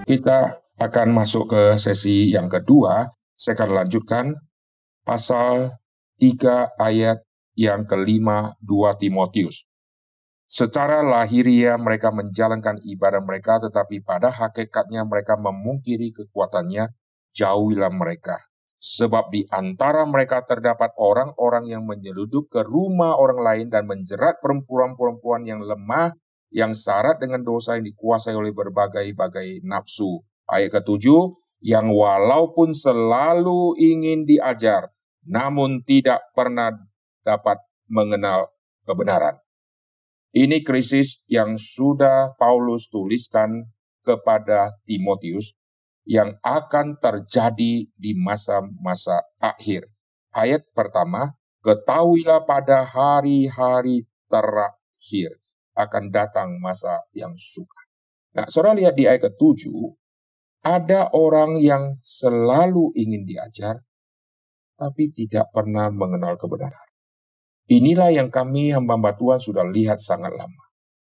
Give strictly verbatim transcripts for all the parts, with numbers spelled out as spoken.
Kita akan masuk ke sesi yang kedua. Saya akan lanjutkan pasal tiga ayat yang kelima dua Timotius. Secara lahiriah mereka menjalankan ibadah mereka, tetapi pada hakikatnya mereka memungkiri kekuatannya. Jauhilah mereka. Sebab di antara mereka terdapat orang-orang yang menyeludup ke rumah orang lain dan menjerat perempuan-perempuan yang lemah, yang syarat dengan dosa, yang dikuasai oleh berbagai-bagai nafsu. Ayat ketujuh, yang walaupun selalu ingin diajar, namun tidak pernah dapat mengenal kebenaran. Ini krisis yang sudah Paulus tuliskan kepada Timotius yang akan terjadi di masa-masa akhir. Ayat pertama, ketahuilah pada hari-hari terakhir akan datang masa yang sukar. Nah, saudara lihat di ayat ketujuh, ada orang yang selalu ingin diajar, tapi tidak pernah mengenal kebenaran. Inilah yang kami hamba Tuhan sudah lihat sangat lama.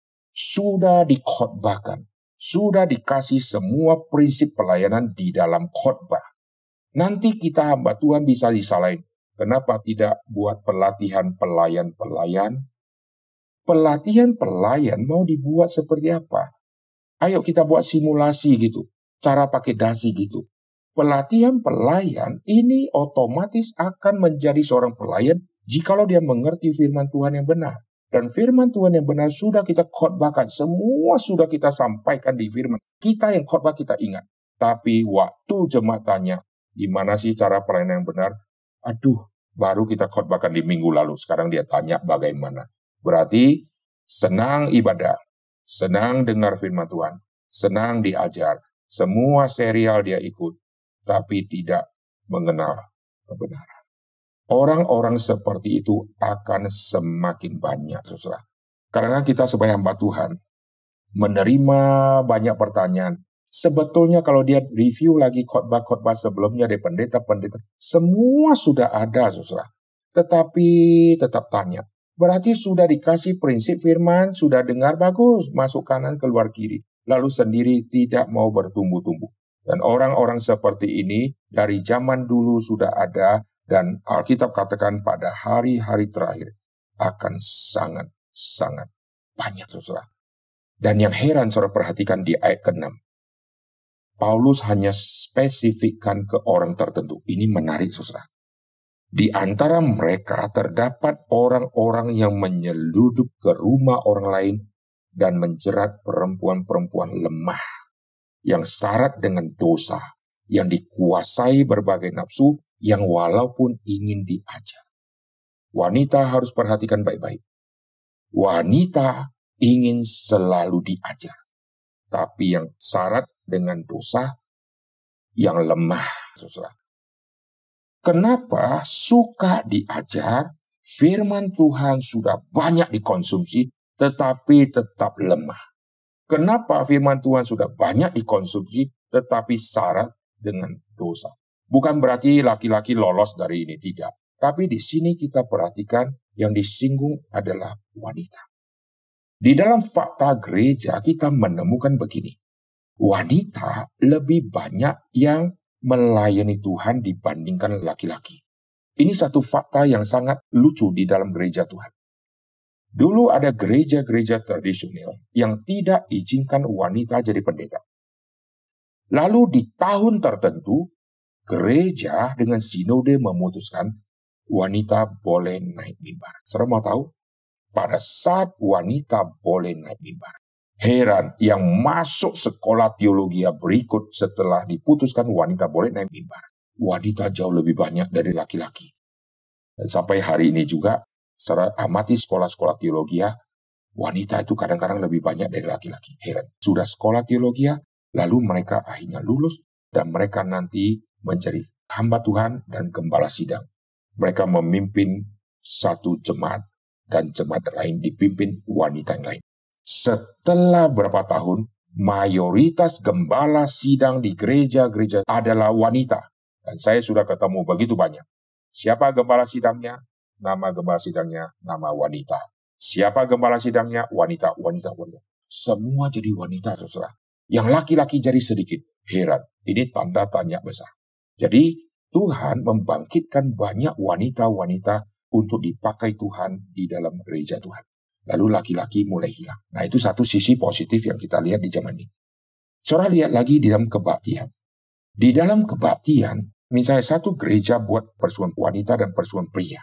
Sudah dikhotbahkan, sudah dikasih semua prinsip pelayanan di dalam khotbah. Nanti kita hamba Tuhan bisa disalahin. Kenapa tidak buat pelatihan pelayan-pelayan? Pelatihan pelayan mau dibuat seperti apa? Ayo kita buat simulasi gitu. Cara pakai dasi gitu. Pelatihan pelayan ini otomatis akan menjadi seorang pelayan jikalau dia mengerti firman Tuhan yang benar. Dan firman Tuhan yang benar sudah kita khotbahkan. Semua sudah kita sampaikan di firman. Kita yang khotbah kita ingat. Tapi waktu jemaat tanya, gimana sih cara pelayanan yang benar? Aduh, baru kita khotbahkan di minggu lalu. Sekarang dia tanya bagaimana. Berarti senang ibadah. Senang dengar firman Tuhan. Senang diajar. Semua serial dia ikut. Tapi tidak mengenal kebenaran. Orang-orang seperti itu akan semakin banyak, saudara. Karena kita sebagai hamba Tuhan menerima banyak pertanyaan. Sebetulnya kalau dia review lagi khotbah-khotbah sebelumnya dari pendeta-pendeta, semua sudah ada, saudara. Tetapi tetap tanya. Berarti sudah dikasih prinsip firman, sudah dengar bagus, masuk kanan keluar kiri. Lalu sendiri tidak mau bertumbuh-tumbuh. Dan orang-orang seperti ini dari zaman dulu sudah ada. Dan Alkitab katakan pada hari-hari terakhir akan sangat-sangat banyak, saudara. Dan yang heran, saudara perhatikan di ayat keenam. Paulus hanya spesifikkan ke orang tertentu. Ini menarik, saudara. Di antara mereka terdapat orang-orang yang menyeludup ke rumah orang lain dan menjerat perempuan-perempuan lemah yang syarat dengan dosa, yang dikuasai berbagai nafsu, yang walaupun ingin diajar. Wanita harus perhatikan baik-baik. Wanita ingin selalu diajar. Tapi yang syarat dengan dosa, yang lemah, saudara. Kenapa suka diajar? Firman Tuhan sudah banyak dikonsumsi, tetapi tetap lemah. Kenapa firman Tuhan sudah banyak dikonsumsi, tetapi syarat dengan dosa? Bukan berarti laki-laki lolos dari ini, tidak. Tapi di sini kita perhatikan yang disinggung adalah wanita. Di dalam fakta gereja kita menemukan begini. Wanita lebih banyak yang melayani Tuhan dibandingkan laki-laki. Ini satu fakta yang sangat lucu di dalam gereja Tuhan. Dulu ada gereja-gereja tradisional yang tidak izinkan wanita jadi pendeta. Lalu di tahun tertentu, gereja dengan sinode memutuskan wanita boleh naik mimbar. Saudara mau tahu? Pada saat wanita boleh naik mimbar, heran yang masuk sekolah teologi berikut setelah diputuskan wanita boleh naik mimbar. Wanita jauh lebih banyak dari laki-laki. Dan sampai hari ini juga, secara amati sekolah-sekolah teologi, wanita itu kadang-kadang lebih banyak dari laki-laki. Heran. Sudah sekolah teologi, lalu mereka akhirnya lulus, dan mereka nanti menjadi hamba Tuhan dan gembala sidang. Mereka memimpin satu jemaat dan jemaat lain dipimpin wanita yang lain. Setelah berapa tahun, mayoritas gembala sidang di gereja-gereja adalah wanita. Dan saya sudah ketemu begitu banyak. Siapa gembala sidangnya? Nama gembala sidangnya, nama wanita. Siapa gembala sidangnya? Wanita, wanita, wanita. Semua jadi wanita, saudara. Yang laki-laki jadi sedikit. Heran, ini tanda tanya besar. Jadi Tuhan membangkitkan banyak wanita-wanita untuk dipakai Tuhan di dalam gereja Tuhan. Lalu laki-laki mulai hilang. Nah, itu satu sisi positif yang kita lihat di zaman ini. Saudara lihat lagi di dalam kebaktian. Di dalam kebaktian, misalnya satu gereja buat persekutuan wanita dan persekutuan pria.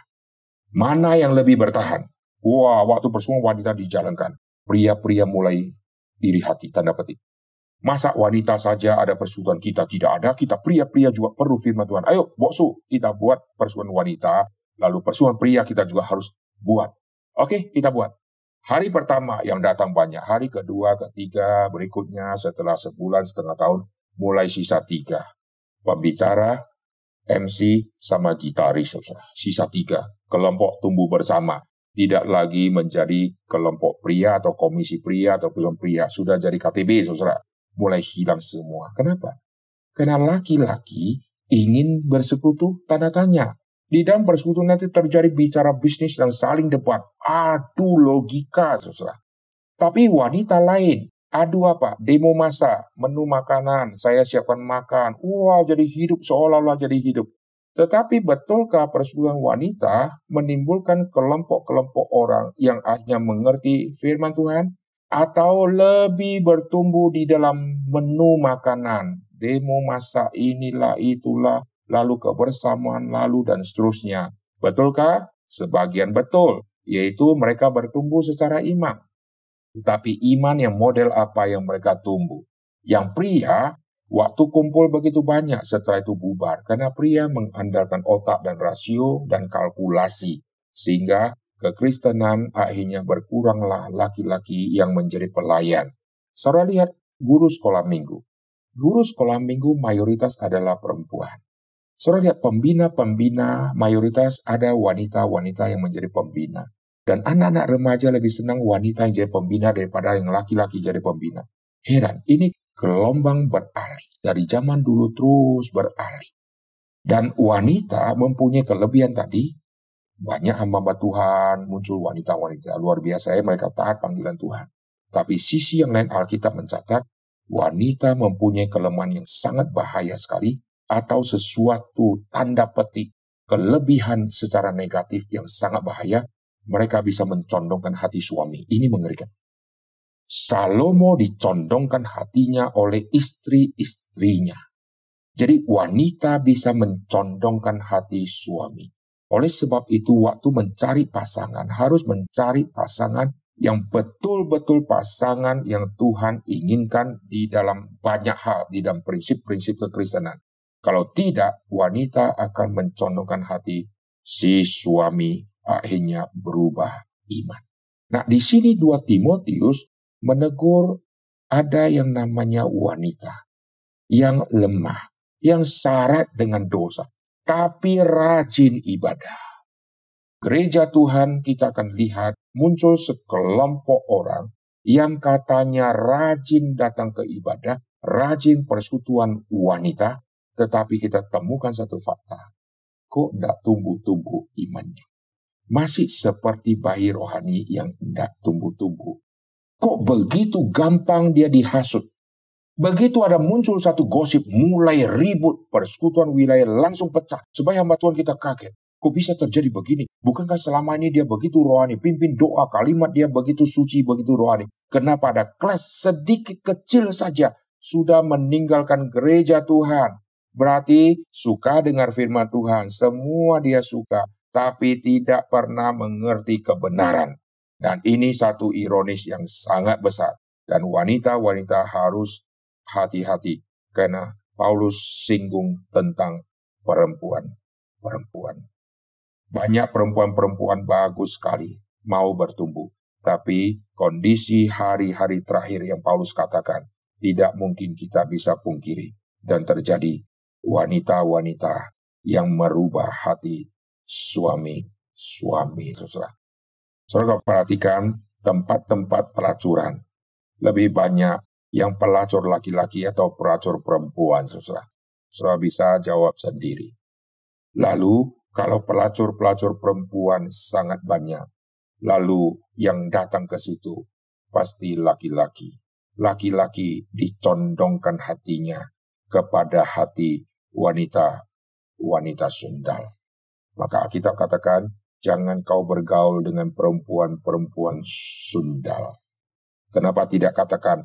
Mana yang lebih bertahan? Wah, waktu persekutuan wanita dijalankan, pria-pria mulai iri hati, tanda petik. Masa wanita saja ada persekutuan, kita tidak ada, kita pria-pria juga perlu firman Tuhan. Ayo, boksu, kita buat persekutuan wanita, lalu persekutuan pria kita juga harus buat. Oke, kita buat. Hari pertama yang datang banyak, hari kedua, ketiga, berikutnya setelah sebulan, setengah tahun, mulai sisa tiga. Pembicara, M C, sama gitaris, sisa tiga. Kelompok tumbuh bersama. Tidak lagi menjadi kelompok pria atau komisi pria atau persekutuan pria. Sudah jadi K T B, saudara. Mulai hilang semua. Kenapa? Karena laki-laki ingin bersekutu, tanda tanya. Di dalam persekutuan nanti terjadi bicara bisnis dan saling debat. Adu logika, saudara. Tapi wanita lain. Adu apa? Demo masa, menu makanan, saya siapkan makan. Wah, jadi hidup seolah-olah jadi hidup. Tetapi betulkah persekutuan wanita menimbulkan kelompok-kelompok orang yang akhirnya mengerti firman Tuhan? Atau lebih bertumbuh di dalam menu makanan? Demo masa inilah itulah. Lalu kebersamaan, lalu dan seterusnya. Betulkah? Sebagian betul, yaitu mereka bertumbuh secara iman. Tetapi iman yang model apa yang mereka tumbuh? Yang pria, waktu kumpul begitu banyak, setelah itu bubar. Karena pria mengandalkan otak dan rasio dan kalkulasi. Sehingga kekristenan akhirnya berkuranglah laki-laki yang menjadi pelayan. Saudara lihat guru sekolah minggu. Guru sekolah minggu mayoritas adalah perempuan. Saudara lihat pembina-pembina mayoritas ada wanita-wanita yang menjadi pembina. Dan anak-anak remaja lebih senang wanita yang jadi pembina daripada yang laki-laki jadi pembina. Heran, ini gelombang beralih. Dari zaman dulu terus beralih. Dan wanita mempunyai kelebihan tadi. Banyak hamba Tuhan, muncul wanita-wanita. Luar biasa ya, mereka taat panggilan Tuhan. Tapi sisi yang lain Alkitab mencatat, wanita mempunyai kelemahan yang sangat bahaya sekali. Atau sesuatu tanda petik kelebihan secara negatif yang sangat bahaya, mereka bisa mencondongkan hati suami. Ini mengerikan. Salomo dicondongkan hatinya oleh istri-istrinya. Jadi wanita bisa mencondongkan hati suami. Oleh sebab itu waktu mencari pasangan, harus mencari pasangan yang betul-betul pasangan yang Tuhan inginkan di dalam banyak hal, di dalam prinsip-prinsip kekristenan. Kalau tidak, wanita akan mencondongkan hati si suami, akhirnya berubah iman. Nah, di sini dua Timotius menegur ada yang namanya wanita yang lemah, yang syarat dengan dosa, tapi rajin ibadah. Gereja Tuhan kita akan lihat muncul sekelompok orang yang katanya rajin datang ke ibadah, rajin persekutuan wanita, tetapi kita temukan satu fakta. Kok tidak tumbuh-tumbuh imannya? Masih seperti bayi rohani yang tidak tumbuh-tumbuh. Kok begitu gampang dia dihasut? Begitu ada muncul satu gosip, mulai ribut, persekutuan wilayah langsung pecah. Supaya hamba Tuhan kita kaget. Kok bisa terjadi begini? Bukankah selama ini dia begitu rohani? Pimpin doa, kalimat dia begitu suci, begitu rohani. Kenapa ada kelas sedikit kecil saja sudah meninggalkan gereja Tuhan? Berarti suka dengar firman Tuhan, semua dia suka, tapi tidak pernah mengerti kebenaran. Dan ini satu ironis yang sangat besar. Dan wanita-wanita harus hati-hati, karena Paulus singgung tentang perempuan-perempuan. Banyak perempuan-perempuan bagus sekali mau bertumbuh. Tapi kondisi hari-hari terakhir yang Paulus katakan, tidak mungkin kita bisa pungkiri. Dan terjadi wanita-wanita yang merubah hati suami-suami. Saudara, saudara perhatikan tempat-tempat pelacuran. Lebih banyak yang pelacur laki-laki atau pelacur perempuan, saudara. Saudara bisa jawab sendiri. Lalu, kalau pelacur-pelacur perempuan sangat banyak, lalu yang datang ke situ pasti laki-laki. Laki-laki dicondongkan hatinya kepada hati wanita-wanita sundal. Maka Alkitab katakan, jangan kau bergaul dengan perempuan-perempuan sundal. Kenapa tidak katakan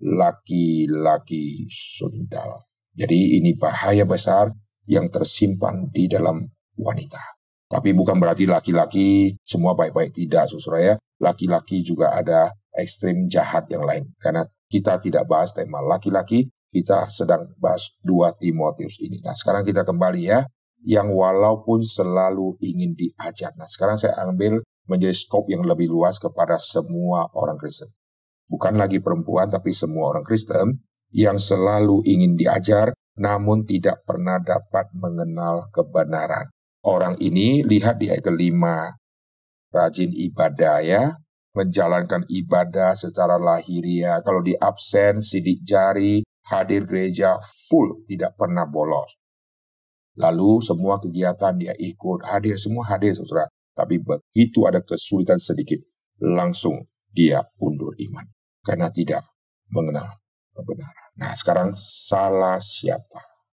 laki-laki sundal? Jadi ini bahaya besar yang tersimpan di dalam wanita. Tapi bukan berarti laki-laki semua baik-baik, tidak, saudara ya. Laki-laki juga ada ekstrim jahat yang lain. Karena kita tidak bahas tema laki-laki, kita sedang bahas dua Timotius ini. Nah sekarang kita kembali ya, yang walaupun selalu ingin diajar. Nah sekarang saya ambil menjadi skop yang lebih luas kepada semua orang Kristen. Bukan lagi perempuan, tapi semua orang Kristen yang selalu ingin diajar, namun tidak pernah dapat mengenal kebenaran. Orang ini, lihat di ayat kelima, rajin ibadah ya, menjalankan ibadah secara lahiriah. Kalau di absen, sidik jari, hadir gereja, full, tidak pernah bolos. Lalu semua kegiatan dia ikut, hadir, semua hadir, saudara. Tapi begitu ada kesulitan sedikit, langsung dia undur iman. Karena tidak mengenal kebenaran. Nah sekarang salah siapa?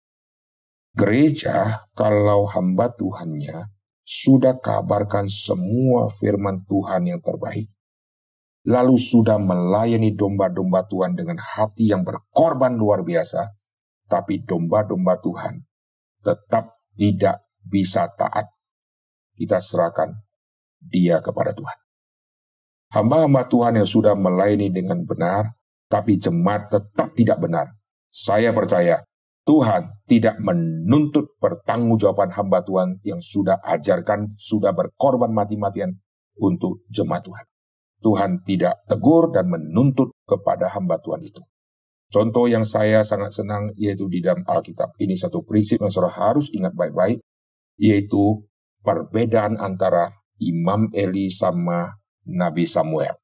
Gereja, kalau hamba Tuhannya sudah kabarkan semua firman Tuhan yang terbaik, lalu sudah melayani domba-domba Tuhan dengan hati yang berkorban luar biasa, tapi domba-domba Tuhan tetap tidak bisa taat, kita serahkan dia kepada Tuhan. Hamba-hamba Tuhan yang sudah melayani dengan benar, tapi jemaat tetap tidak benar. Saya percaya Tuhan tidak menuntut pertanggungjawaban hamba Tuhan yang sudah ajarkan, sudah berkorban mati-matian untuk jemaat Tuhan. Tuhan tidak tegur dan menuntut kepada hamba Tuhan itu. Contoh yang saya sangat senang yaitu di dalam Alkitab. Ini satu prinsip yang saudara harus ingat baik-baik, yaitu perbedaan antara Imam Eli sama Nabi Samuel.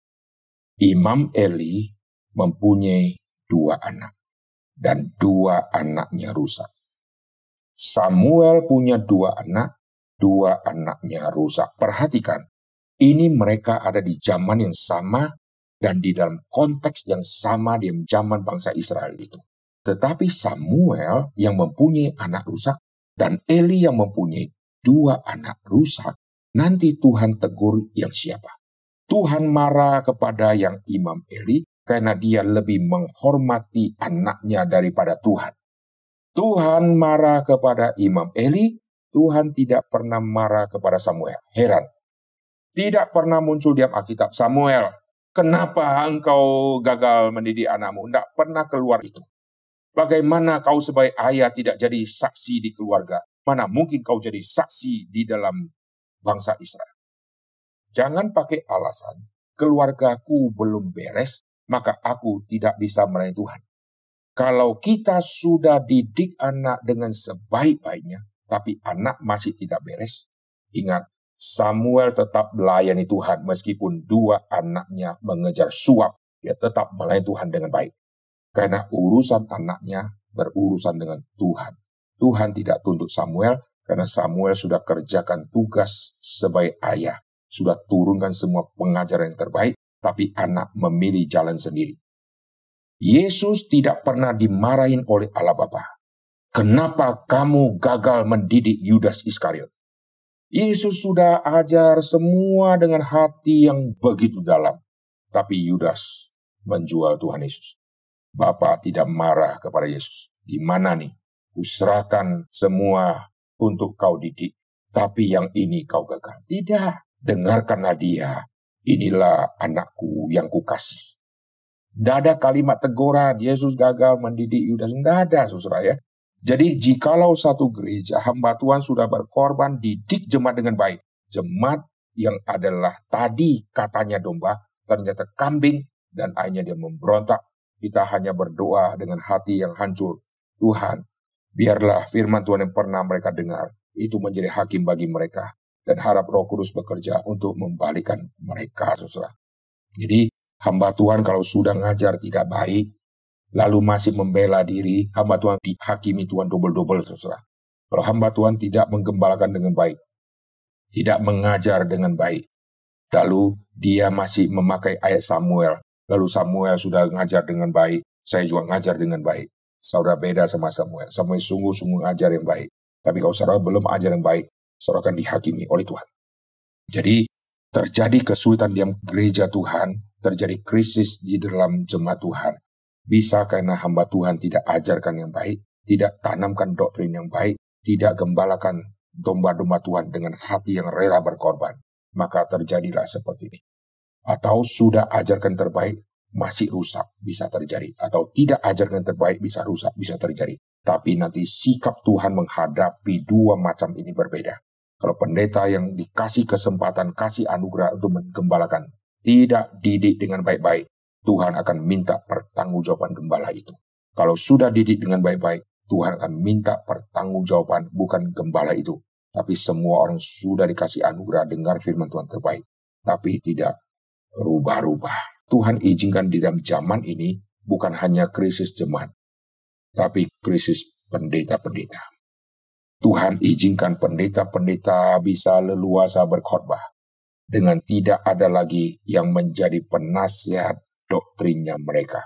Imam Eli mempunyai dua anak, dan dua anaknya rusak. Samuel punya dua anak, dua anaknya rusak. Perhatikan, ini mereka ada di zaman yang sama, dan di dalam konteks yang sama di zaman bangsa Israel itu. Tetapi Samuel yang mempunyai anak rusak, dan Eli yang mempunyai dua anak rusak, nanti Tuhan tegur yang siapa? Tuhan marah kepada yang Imam Eli, karena dia lebih menghormati anaknya daripada Tuhan. Tuhan marah kepada Imam Eli, Tuhan tidak pernah marah kepada Samuel. Heran. Tidak pernah muncul di Alkitab, Samuel, kenapa engkau gagal mendidik anakmu? Tidak pernah keluar itu. Bagaimana kau sebagai ayah tidak jadi saksi di keluarga? Mana mungkin kau jadi saksi di dalam bangsa Israel? Jangan pakai alasan, keluargaku belum beres, maka aku tidak bisa melayani Tuhan. Kalau kita sudah didik anak dengan sebaik-baiknya, tapi anak masih tidak beres, ingat, Samuel tetap melayani Tuhan, meskipun dua anaknya mengejar suap, dia tetap melayani Tuhan dengan baik. Karena urusan anaknya berurusan dengan Tuhan. Tuhan tidak tuntut Samuel, karena Samuel sudah kerjakan tugas sebagai ayah. Sudah turunkan semua pengajaran yang terbaik, tapi anak memilih jalan sendiri. Yesus tidak pernah dimarahin oleh Allah Bapa. Kenapa kamu gagal mendidik Yudas Iskariot? Yesus sudah ajar semua dengan hati yang begitu dalam. Tapi Yudas menjual Tuhan Yesus. Bapa tidak marah kepada Yesus. Di mana nih? Kuserahkan semua untuk kau didik. Tapi yang ini kau gagal. Tidak. Dengarkanlah dia. Inilah anakku yang kukasih. Tidak ada kalimat teguran. Yesus gagal mendidik Yudas. Tidak ada, saudara ya. Jadi jikalau satu gereja hamba Tuhan sudah berkorban didik jemaat dengan baik. Jemaat yang adalah tadi katanya domba, ternyata kambing dan akhirnya dia memberontak. Kita hanya berdoa dengan hati yang hancur. Tuhan, biarlah firman Tuhan yang pernah mereka dengar itu menjadi hakim bagi mereka. Dan harap Roh Kudus bekerja untuk membalikan mereka, saudara. Jadi hamba Tuhan kalau sudah ngajar tidak baik, lalu masih membela diri, hamba Tuhan dihakimi Tuhan double-double, saudara. Kalau hamba Tuhan tidak menggembalakan dengan baik, tidak mengajar dengan baik, lalu dia masih memakai ayat Samuel, lalu Samuel sudah ngajar dengan baik, saya juga ngajar dengan baik. Saudara beda sama Samuel. Samuel sungguh-sungguh ajar yang baik. Tapi kalau saudara belum ajar yang baik, saudara akan dihakimi oleh Tuhan. Jadi terjadi kesulitan di gereja Tuhan, terjadi krisis di dalam jemaat Tuhan. Bisa karena hamba Tuhan tidak ajarkan yang baik, tidak tanamkan doktrin yang baik, tidak gembalakan domba-domba Tuhan dengan hati yang rela berkorban. Maka terjadilah seperti ini. Atau sudah ajarkan terbaik, masih rusak, bisa terjadi. Atau tidak ajarkan terbaik, bisa rusak, bisa terjadi. Tapi nanti sikap Tuhan menghadapi dua macam ini berbeda. Kalau pendeta yang dikasih kesempatan, kasih anugerah untuk menggembalakan, tidak didik dengan baik-baik, Tuhan akan minta pertanggungjawaban gembala itu. Kalau sudah didik dengan baik-baik, Tuhan akan minta pertanggungjawaban bukan gembala itu. Tapi semua orang sudah dikasih anugerah dengar firman Tuhan terbaik. Tapi tidak rubah-rubah. Tuhan izinkan di dalam zaman ini bukan hanya krisis jemaat, tapi krisis pendeta-pendeta. Tuhan izinkan pendeta-pendeta bisa leluasa berkhotbah dengan tidak ada lagi yang menjadi penasihat doktrinnya mereka.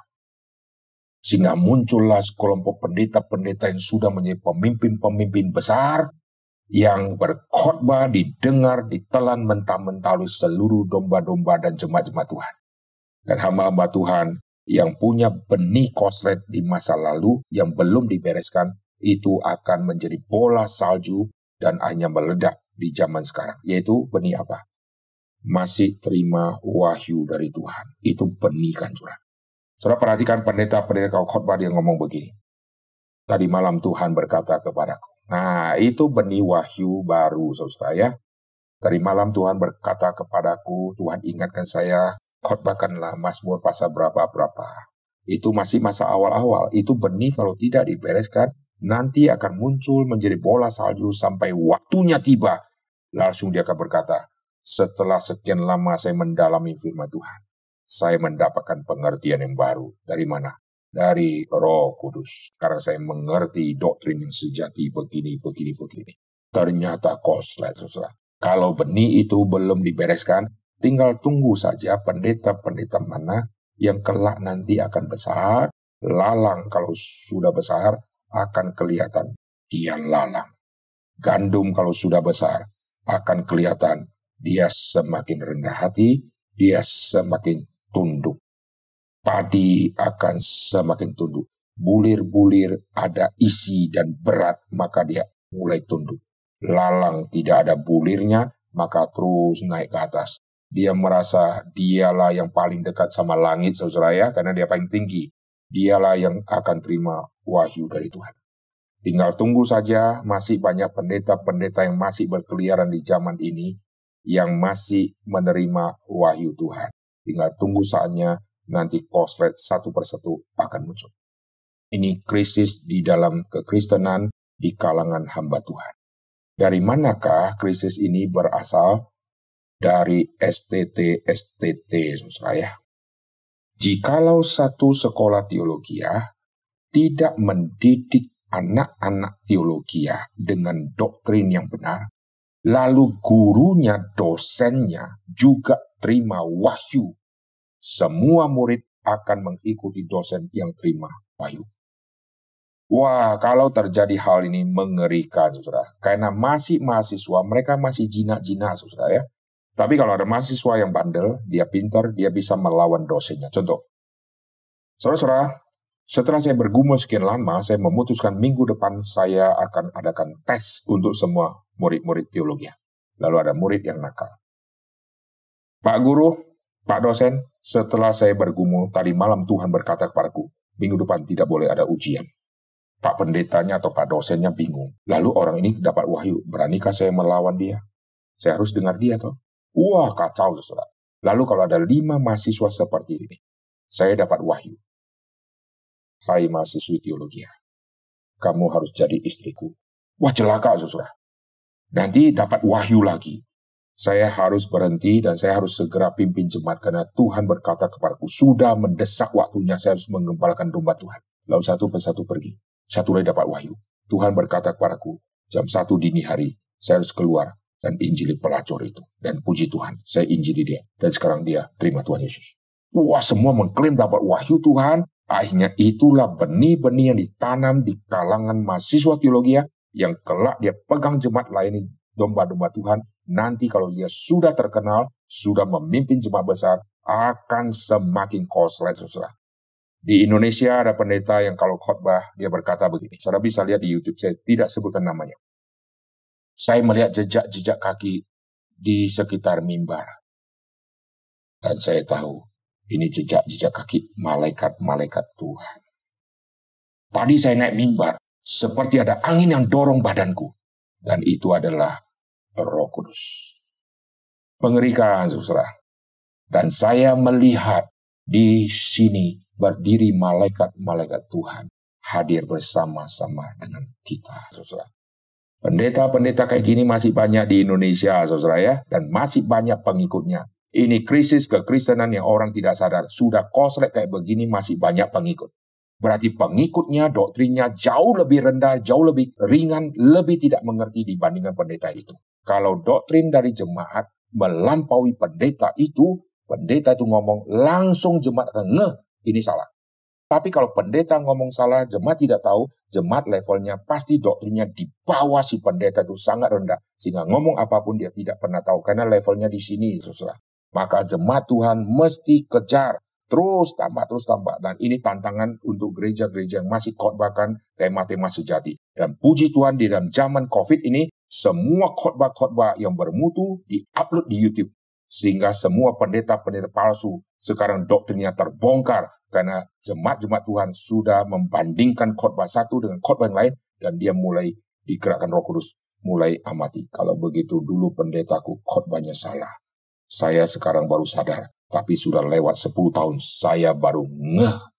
Sehingga muncullah sekelompok pendeta-pendeta yang sudah menjadi pemimpin-pemimpin besar yang berkhotbah, didengar, ditelan mentah-mentah oleh seluruh domba-domba dan jemaat-jemaat Tuhan. Dan hamba-hamba Tuhan yang punya benih koslet di masa lalu yang belum dibereskan, itu akan menjadi bola salju dan hanya meledak di zaman sekarang. Yaitu benih apa? Masih terima wahyu dari Tuhan. Itu benih kancuran. Saudara perhatikan pendeta-pendeta kalau khotbah dia ngomong begini. Tadi malam Tuhan berkata kepadaku. Nah itu benih wahyu baru saudara ya. Tadi malam Tuhan berkata kepadaku, Tuhan ingatkan saya, khotbahkanlah Mazmur pasal berapa-berapa. Itu masih masa awal-awal. Itu benih kalau tidak dibereskan, nanti akan muncul menjadi bola salju sampai waktunya tiba. Langsung dia akan berkata, setelah sekian lama saya mendalami firman Tuhan, saya mendapatkan pengertian yang baru. Dari mana? Dari Roh Kudus. Karena saya mengerti doktrin yang sejati begini, begini, begini. Ternyata koslet, saudara. Kalau benih itu belum dibereskan, tinggal tunggu saja pendeta-pendeta mana yang kelak nanti akan besar. Lalang kalau sudah besar akan kelihatan dia lalang. Gandum kalau sudah besar akan kelihatan dia semakin rendah hati, dia semakin tunduk. Padi akan semakin tunduk. Bulir-bulir ada isi dan berat, maka dia mulai tunduk. Lalang tidak ada bulirnya, maka terus naik ke atas. Dia merasa dialah yang paling dekat sama langit, saudara ya, karena dia paling tinggi. Dialah yang akan terima wahyu dari Tuhan. Tinggal tunggu saja, masih banyak pendeta-pendeta yang masih berkeliaran di zaman ini, yang masih menerima wahyu Tuhan. Tinggal tunggu saatnya, nanti koslet satu persatu akan muncul. Ini krisis di dalam kekristenan di kalangan hamba Tuhan. Dari manakah krisis ini berasal? Dari S T T S T T, saya. Jikalau satu sekolah teologi tidak mendidik anak-anak teologi dengan doktrin yang benar, lalu gurunya, dosennya juga terima wahyu, semua murid akan mengikuti dosen yang terima wahyu. Wah, kalau terjadi hal ini mengerikan, saudara. Karena masih mahasiswa, mereka masih jinak-jinak, saudara ya. Tapi kalau ada mahasiswa yang bandel, dia pintar, dia bisa melawan dosennya. Contoh, saudara-saudara, setelah saya bergumul sekian lama, saya memutuskan minggu depan saya akan adakan tes untuk semua murid-murid teologi. Lalu ada murid yang nakal. Pak Guru, Pak dosen, setelah saya bergumul, tadi malam Tuhan berkata kepadaku, minggu depan tidak boleh ada ujian. Pak pendetanya atau Pak dosennya bingung. Lalu orang ini dapat wahyu, beranikah saya melawan dia? Saya harus dengar dia toh. Wah, kacau saudara. Lalu kalau ada lima mahasiswa seperti ini, saya dapat wahyu. Hai mahasiswi teologi, kamu harus jadi istriku. Wah, celaka saudara. Nanti dapat wahyu lagi. Saya harus berhenti dan saya harus segera pimpin jemaat karena Tuhan berkata kepadaku, sudah mendesak waktunya saya harus mengembalakan domba Tuhan. Lalu satu persatu pergi. Satu lagi dapat wahyu. Tuhan berkata kepadaku, jam satu dini hari, saya harus keluar dan injili pelacur itu. Dan puji Tuhan, saya injili dia. Dan sekarang dia terima Tuhan Yesus. Wah, semua mengklaim dapat wahyu Tuhan. Akhirnya itulah benih-benih yang ditanam di kalangan mahasiswa teologi yang kelak dia pegang jemaat layani domba-domba Tuhan. Nanti kalau dia sudah terkenal, sudah memimpin jemaat besar, akan semakin koslet, saudara. Di Indonesia ada pendeta yang kalau khotbah, dia berkata begini. Saudara bisa lihat di YouTube, saya tidak sebutkan namanya. Saya melihat jejak-jejak kaki di sekitar mimbar. Dan saya tahu, ini jejak-jejak kaki malaikat-malaikat Tuhan. Tadi saya naik mimbar, seperti ada angin yang dorong badanku. Dan itu adalah Roh Kudus. Mengerikan, saudara. Dan saya melihat di sini berdiri malaikat-malaikat Tuhan. Hadir bersama-sama dengan kita, saudara. Pendeta-pendeta kayak gini masih banyak di Indonesia, saudara ya. Dan masih banyak pengikutnya. Ini krisis kekristenan yang orang tidak sadar. Sudah koslet kayak begini masih banyak pengikut. Berarti pengikutnya, doktrinnya jauh lebih rendah, jauh lebih ringan, lebih tidak mengerti dibandingkan pendeta itu. Kalau doktrin dari jemaat melampaui pendeta itu, pendeta itu ngomong langsung jemaat akan ngeh, ini salah. Tapi kalau pendeta ngomong salah, jemaat tidak tahu, jemaat levelnya pasti doktrinnya di bawah si pendeta itu sangat rendah. Sehingga ngomong apapun dia tidak pernah tahu, karena levelnya di sini, saudara. Maka jemaat Tuhan mesti kejar. Terus tambah, terus tambah. Dan ini tantangan untuk gereja-gereja yang masih khotbahkan tema-tema sejati. Dan puji Tuhan di dalam zaman COVID ini, semua khotbah-khotbah yang bermutu di-upload di YouTube. Sehingga semua pendeta-pendeta palsu sekarang doktrinnya terbongkar. Karena jemaat-jemaat Tuhan sudah membandingkan khotbah satu dengan khotbah yang lain. Dan dia mulai digerakkan Roh Kudus. Mulai amati. Kalau begitu dulu pendetaku khotbahnya salah. Saya sekarang baru sadar. Tapi sudah lewat sepuluh tahun, saya baru ngeh.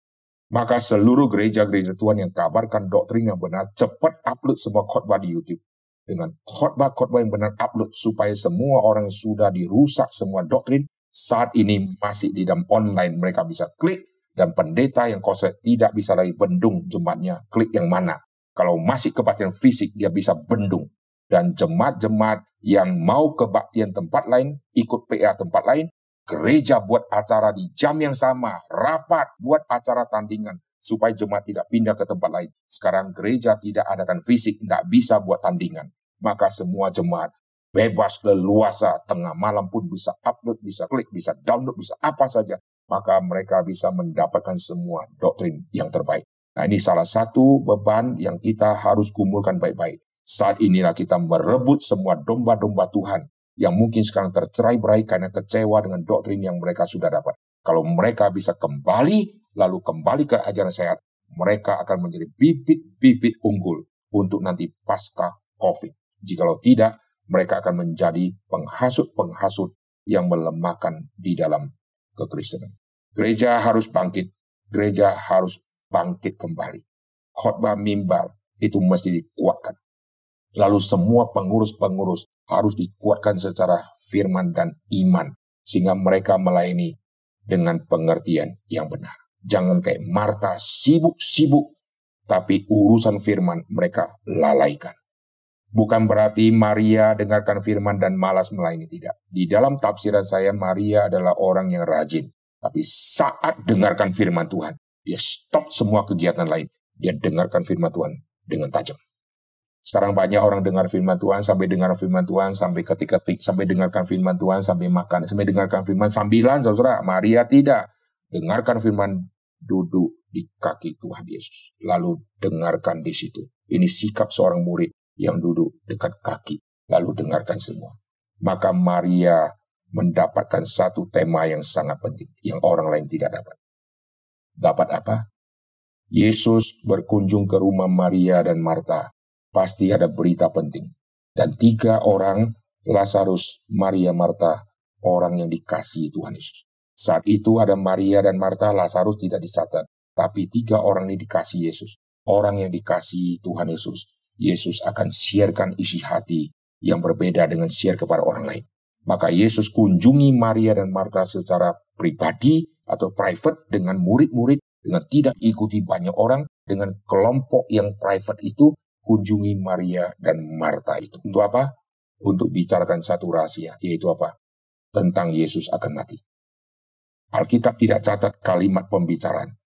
Maka seluruh gereja-gereja Tuhan yang kabarkan doktrin yang benar, cepat upload semua khotbah di YouTube. Dengan khotbah-khotbah yang benar upload, supaya semua orang yang sudah dirusak semua doktrin, saat ini masih di dalam online, mereka bisa klik, dan pendeta yang koslet tidak bisa lagi bendung jemaatnya, klik yang mana. Kalau masih kebaktian fisik, dia bisa bendung. Dan jemaat-jemaat yang mau kebaktian tempat lain, ikut P A tempat lain, gereja buat acara di jam yang sama, rapat buat acara tandingan, supaya jemaat tidak pindah ke tempat lain. Sekarang gereja tidak adakan fisik, tidak bisa buat tandingan. Maka semua jemaat bebas leluasa, tengah malam pun bisa upload, bisa klik, bisa download, bisa apa saja. Maka mereka bisa mendapatkan semua doktrin yang terbaik. Nah, ini salah satu beban yang kita harus kumpulkan baik-baik. Saat inilah kita merebut semua domba-domba Tuhan yang mungkin sekarang tercerai-berai karena kecewa dengan doktrin yang mereka sudah dapat. Kalau mereka bisa kembali, lalu kembali ke ajaran sehat, mereka akan menjadi bibit-bibit unggul untuk nanti pasca COVID. Jikalau tidak, mereka akan menjadi penghasut-penghasut yang melemahkan di dalam kekristenan. Gereja harus bangkit. Gereja harus bangkit kembali. Khotbah mimbar itu mesti dikuatkan. Lalu semua pengurus-pengurus harus dikuatkan secara firman dan iman. Sehingga mereka melayani dengan pengertian yang benar. Jangan kayak Marta sibuk-sibuk, tapi urusan firman mereka lalaikan. Bukan berarti Maria dengarkan firman dan malas melayani, tidak. Di dalam tafsiran saya, Maria adalah orang yang rajin. Tapi saat dengarkan firman Tuhan, dia stop semua kegiatan lain. Dia dengarkan firman Tuhan dengan tajam. Sekarang banyak orang dengar firman Tuhan, sampai dengar firman Tuhan, sampai ketik-ketik, sampai dengarkan firman Tuhan, sampai makan, sampai dengarkan firman sambilan, saudara. Maria tidak. Dengarkan firman, duduk di kaki Tuhan Yesus. Lalu dengarkan di situ. Ini sikap seorang murid yang duduk dekat kaki, lalu dengarkan semua. Maka Maria mendapatkan satu tema yang sangat penting, yang orang lain tidak dapat. Dapat apa? Yesus berkunjung ke rumah Maria dan Marta. Pasti ada berita penting. Dan tiga orang, Lazarus, Maria, Marta, orang yang dikasihi Tuhan Yesus. Saat itu ada Maria dan Marta, Lazarus tidak dicatat. Tapi tiga orang ini dikasihi Yesus. Orang yang dikasihi Tuhan Yesus. Yesus akan siarkan isi hati yang berbeda dengan siar kepada orang lain. Maka Yesus kunjungi Maria dan Marta secara pribadi atau private dengan murid-murid, dengan tidak ikuti banyak orang, dengan kelompok yang private itu, kunjungi Maria dan Marta itu. Untuk apa? Untuk bicarakan satu rahasia, yaitu apa? Tentang Yesus akan mati. Alkitab tidak catat kalimat pembicaraan,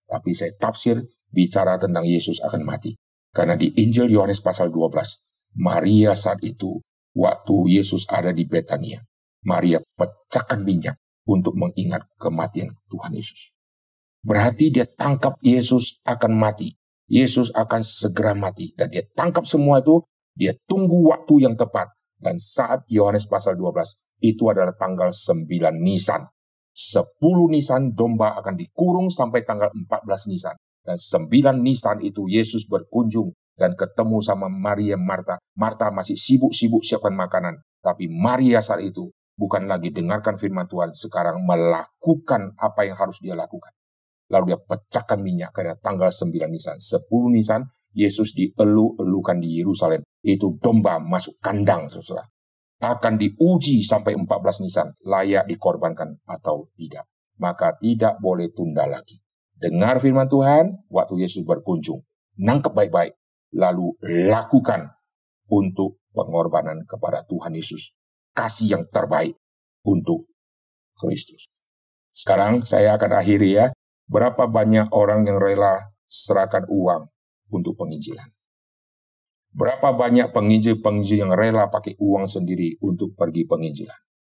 Tapi saya tafsir bicara tentang Yesus akan mati. Karena di Injil Yohanes pasal dua belas, Maria saat itu, waktu Yesus ada di Betania, Maria pecahkan minyak untuk mengingat kematian Tuhan Yesus. Berarti dia tangkap Yesus akan mati. Yesus akan segera mati. Dan dia tangkap semua itu, dia tunggu waktu yang tepat. Dan saat Yohanes pasal dua belas, itu adalah tanggal sembilan Nisan. sepuluh Nisan domba akan dikurung sampai tanggal empat belas Nisan. Dan sembilan Nisan itu Yesus berkunjung dan ketemu sama Maria Marta. Marta masih sibuk-sibuk siapkan makanan. Tapi Maria saat itu bukan lagi dengarkan firman Tuhan, sekarang melakukan apa yang harus dia lakukan. Lalu dia pecahkan minyak karena tanggal sembilan Nisan. sepuluh Nisan, Yesus dielu-elukan di Yerusalem. Itu domba masuk kandang, saudara. Akan diuji sampai empat belas Nisan, layak dikorbankan atau tidak. Maka tidak boleh tunda lagi. Dengar firman Tuhan, waktu Yesus berkunjung. Nangkep baik-baik. Lalu lakukan untuk pengorbanan kepada Tuhan Yesus. Kasih yang terbaik untuk Kristus. Sekarang saya akan akhiri ya. Berapa banyak orang yang rela serahkan uang untuk penginjilan? Berapa banyak penginjil-penginjil yang rela pakai uang sendiri untuk pergi penginjilan?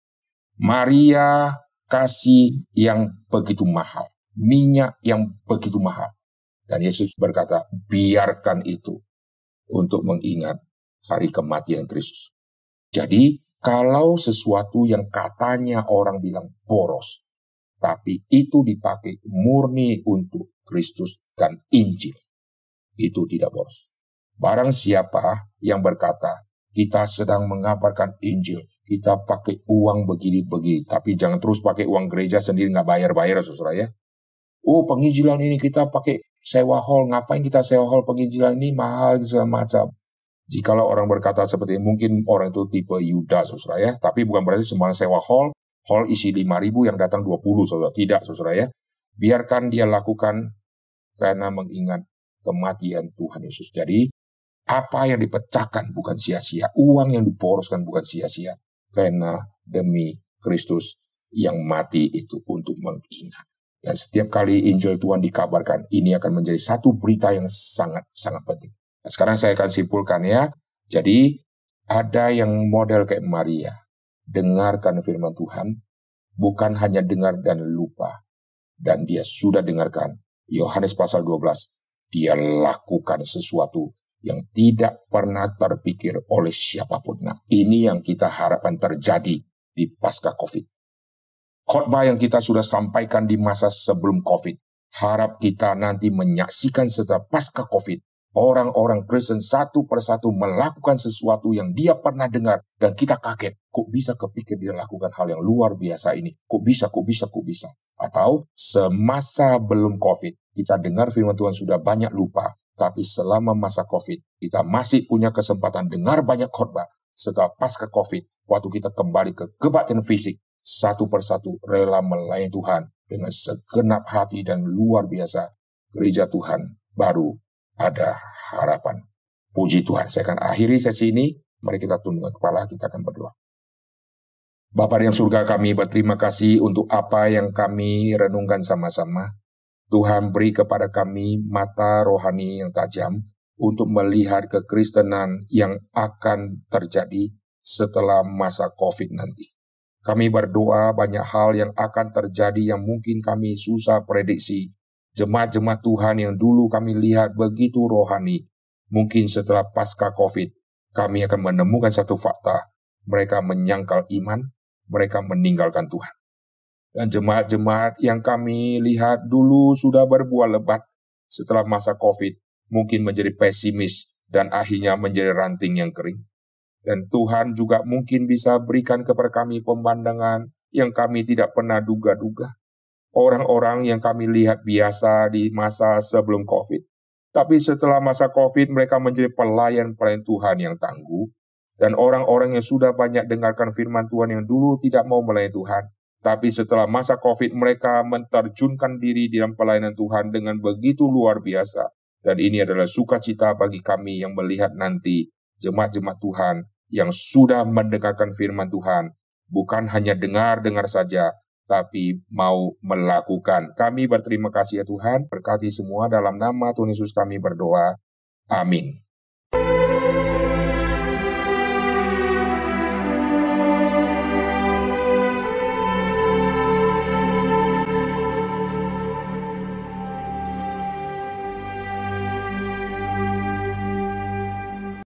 Maria kasih yang begitu mahal. Minyak yang begitu mahal. Dan Yesus berkata, biarkan itu untuk mengingat hari kematian Kristus. Jadi, kalau sesuatu yang katanya orang bilang boros, tapi itu dipakai murni untuk Kristus dan Injil, itu tidak boros. Barang siapa yang berkata, kita sedang mengabarkan Injil, kita pakai uang begini-begini, tapi jangan terus pakai uang gereja sendiri, nggak bayar-bayar, saudara ya. Oh, penginjilan ini kita pakai sewa hall, ngapain kita sewa hall penginjilan ini, mahal, segala macam. Jikalau orang berkata seperti ini, mungkin orang itu tipe Yudas, saudara ya, tapi bukan berarti semua sewa hall, hall isi lima ribu yang datang dua puluh, saudara. Tidak, saudara ya. Biarkan dia lakukan karena mengingat kematian Tuhan Yesus. Jadi, apa yang dipecahkan bukan sia-sia. Uang yang diboroskan bukan sia-sia. Karena demi Kristus yang mati itu untuk mengingat. Dan setiap kali Injil Tuhan dikabarkan, ini akan menjadi satu berita yang sangat-sangat penting. Nah, sekarang saya akan simpulkan ya. Jadi, ada yang model kayak Maria. Dengarkan firman Tuhan, bukan hanya dengar dan lupa. Dan dia sudah dengarkan. Yohanes pasal dua belas, dia lakukan sesuatu yang tidak pernah terpikir oleh siapapun. Nah, ini yang kita harapkan terjadi di pasca COVID. Khotbah yang kita sudah sampaikan di masa sebelum COVID. Harap kita nanti menyaksikan setelah pasca COVID. Orang-orang Kristen satu persatu melakukan sesuatu yang dia pernah dengar. Dan kita kaget. Kok bisa kepikir dia lakukan hal yang luar biasa ini? Kok bisa, kok bisa, kok bisa? Atau semasa belum COVID. Kita dengar firman Tuhan sudah banyak lupa. Tapi selama masa COVID. Kita masih punya kesempatan dengar banyak khotbah. Setelah pasca COVID. Waktu kita kembali ke kebaktian fisik. Satu persatu rela melayani Tuhan dengan segenap hati dan luar biasa. Gereja Tuhan baru ada harapan. Puji Tuhan. Saya akan akhiri sesi ini. Mari kita tundukkan kepala, kita akan berdoa. Bapa yang surga, kami berterima kasih untuk apa yang kami renungkan sama-sama. Tuhan beri kepada kami mata rohani yang tajam untuk melihat kekristenan yang akan terjadi setelah masa COVID nanti. Kami berdoa banyak hal yang akan terjadi yang mungkin kami susah prediksi. Jemaat-jemaat Tuhan yang dulu kami lihat begitu rohani. Mungkin setelah pasca COVID, kami akan menemukan satu fakta. Mereka menyangkal iman, mereka meninggalkan Tuhan. Dan jemaat-jemaat yang kami lihat dulu sudah berbuah lebat setelah masa COVID, mungkin menjadi pesimis dan akhirnya menjadi ranting yang kering. Dan Tuhan juga mungkin bisa berikan kepada kami pemandangan yang kami tidak pernah duga-duga. Orang-orang yang kami lihat biasa di masa sebelum COVID. Tapi setelah masa COVID mereka menjadi pelayan-pelayan Tuhan yang tangguh. Dan orang-orang yang sudah banyak dengarkan firman Tuhan yang dulu tidak mau melayani Tuhan. Tapi setelah masa COVID mereka menterjunkan diri dalam pelayanan Tuhan dengan begitu luar biasa. Dan ini adalah sukacita bagi kami yang melihat nanti jemaat-jemaat Tuhan yang sudah mendengarkan firman Tuhan, bukan hanya dengar-dengar saja, tapi mau melakukan. Kami berterima kasih ya Tuhan, berkati semua dalam nama Tuhan Yesus kami berdoa. Amin.